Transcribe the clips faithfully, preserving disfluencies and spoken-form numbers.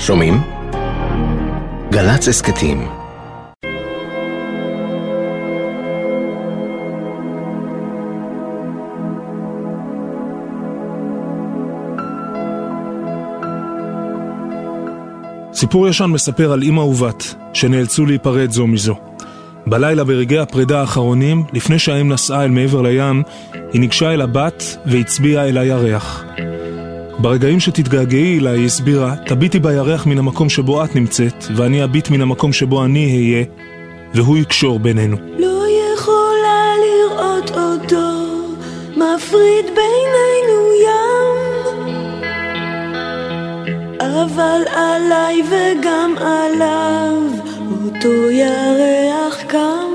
שומעים? גל"צ הסכתים. סיפור ישן מספר על אמא ובת שנאלצו להיפרד זו מזו. בלילה ברגעי הפרידה האחרונים, לפני שהאם נסעה אל מעבר לים, היא ניגשה אל הבת והצביעה אל הירח. ברגעים שתתגעגעי לה, היא הסבירה, תביטי בירח מן המקום שבו את נמצאת, ואני אביט מן המקום שבו אני אהיה, והוא יקשור בינינו. לא יכולה לראות אותו, מפריד בינינו ים, אבל עליי וגם עליו, אותו ירח קם.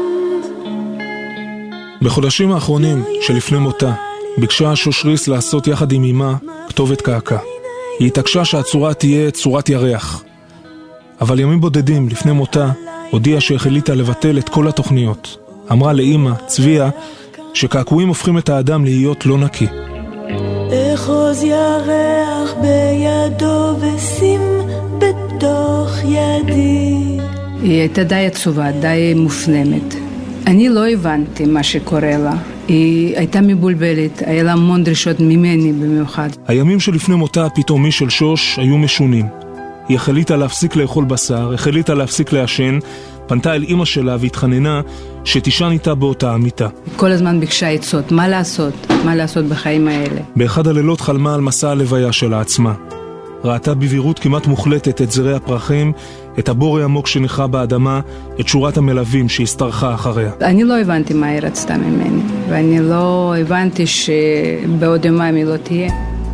בחודשים האחרונים שלפני מותה, ביקשה שוש ריס לעשות יחד עם אמא כתובת קעקע. היא התעקשה שהצורה תהיה צורת ירח. אבל ימים בודדים לפני מותה, הודיעה שהחליטה לבטל את כל התוכניות. אמרה לאמא, צביה, שקעקועים הופכים את האדם להיות לא נקי. אחוז ירח בידו ושים בתוך ידי. היא הייתה די עצובה, די מופנמת. אני לא הבנתי מה שקורה לה. היא הייתה מבולבלת, היה לה המון דרישות ממני במיוחד. הימים שלפני מותה הפתאומי של שוש היו משונים. היא החליטה להפסיק לאכול בשר, החליטה להפסיק לעשן, פנתה אל אמא שלה והתחננה שתישן איתה באותה המיטה. כל הזמן ביקשה עצות, מה לעשות, מה לעשות בחיים האלה. באחד הלילות חלמה על מסע הלוויה שלה עצמה. ראתה בבירות כמעט מוחלטת את זרי הפרחים, את הבור העמוק שנחרא באדמה, את שורת המלווים שהסתרחה אחריה. אני לא הבנתי מה היא רצתה ממני, ואני לא הבנתי שבעוד יומיים היא לא תהיה.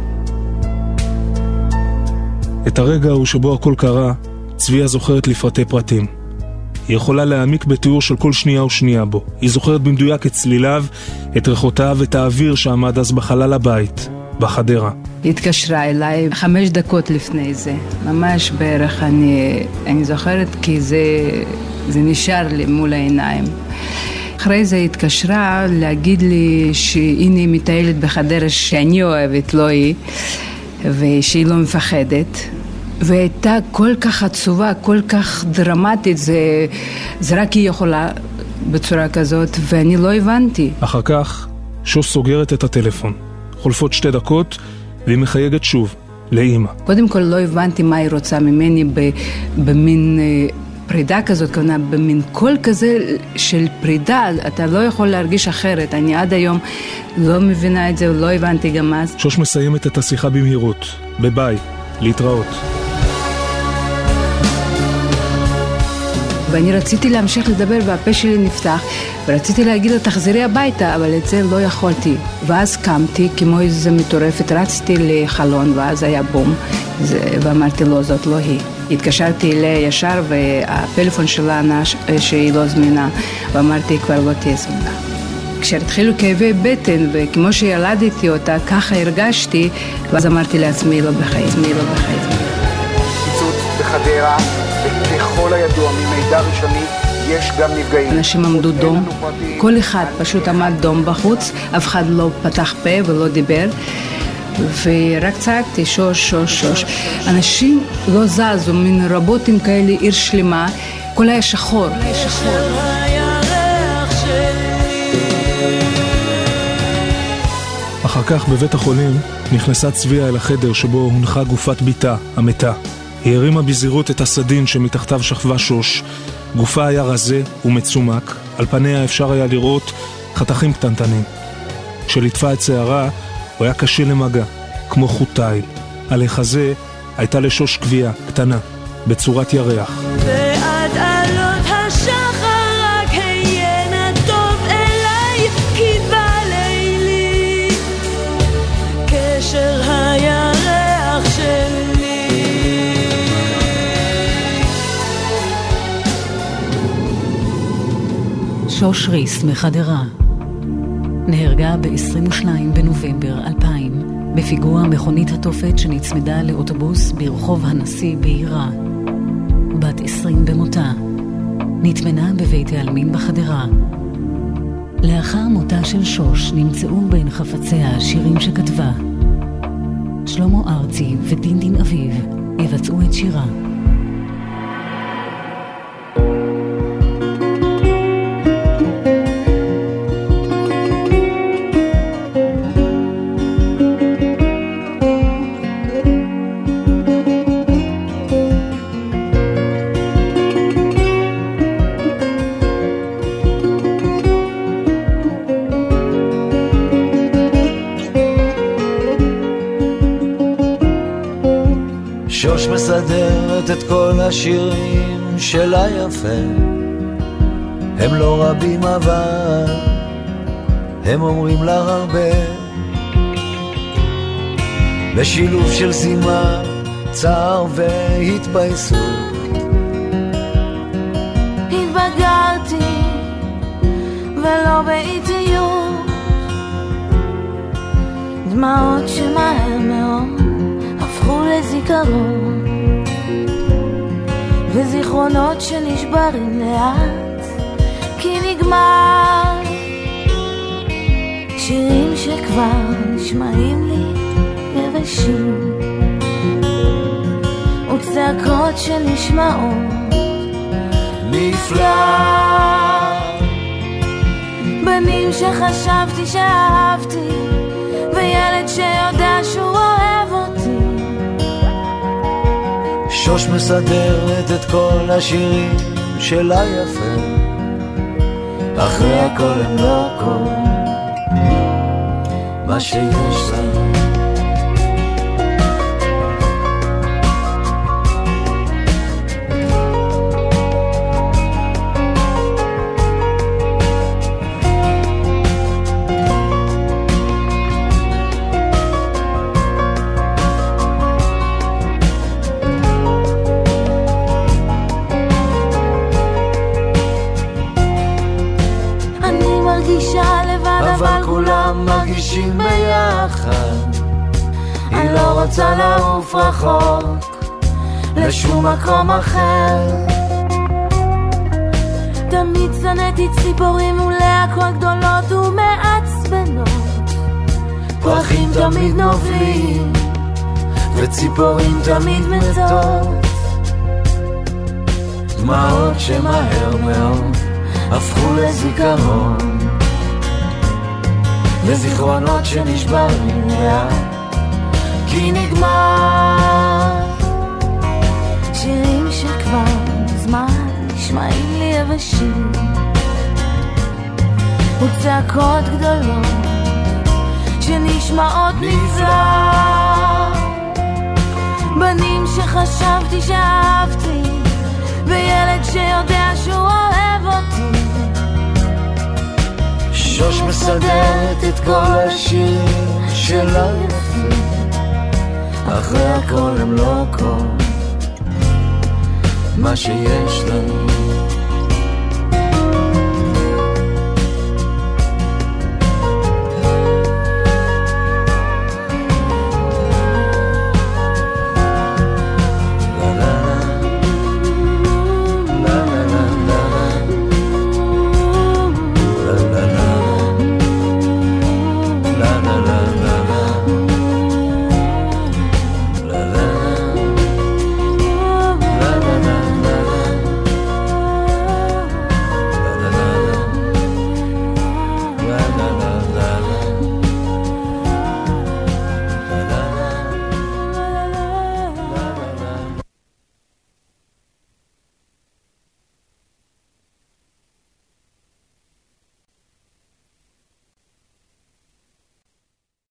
את הרגע הוא שבו הכל קרה, צביה זוכרת לפרטי פרטים. היא יכולה להעמיק בתיאור של כל שנייה ושנייה בו. היא זוכרת במדויק את צליליו, את ריחותיו, את האוויר שעמד אז בחלל הבית, בחדרה. היא התקשרה אליי חמש דקות לפני זה. ממש בערך אני, אני זוכרת כי זה, זה נשאר לי מול העיניים. אחרי זה היא התקשרה להגיד לי שהנה היא מטיילת בחדרה שאני אוהבת, לא היא, ושהיא לא מפחדת. והייתה כל כך עצובה, כל כך דרמטית, זה, זה רק היא יכולה בצורה כזאת, ואני לא הבנתי. אחר כך שוש סוגרת את הטלפון. חולפות שתי דקות, והיא מחייגת שוב לאמא. קודם כל לא הבנתי מה היא רוצה ממני במין פרידה כזאת, כמובן, במין קול כזה של פרידה, אתה לא יכול להרגיש אחרת. אני עד היום לא מבינה את זה, לא הבנתי גם אז. שוש מסיימת את השיחה במהירות. ביי, להתראות. ואני רציתי להמשיך לדבר והפה שלי נפתח, ורציתי להגיד לה תחזרי הביתה, אבל את זה לא יכולתי. ואז קמתי כמו איזה מטורפת, רצתי לחלון, ואז היה בום, ואמרתי לו, זאת לא היא. התקשרתי אליה ישר, והפלאפון שלה ענה שהיא לא זמינה, ואמרתי, היא כבר לא תהיה זמינה. כשהתחילו כאבי בטן, וכמו שילדתי אותה, ככה הרגשתי, ואז אמרתי לעצמי, לא בחיים, עצמי לא בחיים. פיצוץ בחדרה, וככל הידוע ממידע ראשוני, יש גם נפגעים. אנשים עמדו דום, כל אחד פשוט עמד דום בחוץ, אף אחד לא פתח פה ולא דיבר, ורק צעקתי שוש, שוש, שוש. אנשים לא זזו, מן רבותים כאלה, עיר שלמה, כל היה שחור. אחר כך בבית החולים נכנסה צביה אל החדר שבו הונחה גופת ביתה, המתה. היא הרימה בזהירות את הסדין שמתחתיו שכבה שוש. גופה היה רזה ומצומק, על פניה אפשר היה לראות חתכים קטנטנים. כשלטפה את שערה, הוא היה קשה למגע, כמו חוט תיל. על החזה הייתה לשוש קביעה, קטנה, בצורת ירח. ועד עלות השחר רק היה נטוב אליי, כי בא לילי קשר הירח שלי. שוש ריס מחדרה נהרגה ב-עשרים ושניים בנובמבר אלפיים בפיגוע מכונית התופת שנצמדה לאוטובוס ברחוב הנשיא בעירה. בת עשרים במותה, נטמנה בבית העלמין בחדרה. לאחר מותה של שוש נמצאו בין חפציה שירים שכתבה. שלמה ארצי ודין דין אביב יבצעו את שירה. שוש מסדרת את כל השירים של היפה, הם לא רבים אבל הם אומרים לה הרבה, בשילוב של זימה, צער והתפייסות. התבגרתי ולא באיטיות, דמעות שמהר מאוד הפכו לזיכרון, וזיכרונות שנשברים לאט כי נגמר, שירים שכבר נשמעים לי יבשים, וצעקות שנשמעות נפלא, בנים שחשבתי שאהבתי, וילד שיודע שהוא אוהב אותי. שוש מסדרת את כל השירים של היפה, אחרי הכל הם לא כל מה שיש לה. אבל כולם מרגישים ביחד, היא לא רוצה לעוף רחוק לשום מקום אחר. תמיד שנאתי ציפורים ולהקות גדולות ומעצבנות, פרחים תמיד נובלים וציפורים תמיד מתות, דמעות שמהר מאוד הפכו לזיכרון, וזיכרונות שנשברים לאט כי נגמר, שירים שכבר מזמן נשמעים לי יבשים, וצעקות גדולות שנשמעות נפלא, בנים שחשבתי שאהבתי, וילד שיודע שהוא אוהב אותי. שוש מסדרת את כל השירים של היפה, אחרי הכל הם לא כל מה שיש לנו.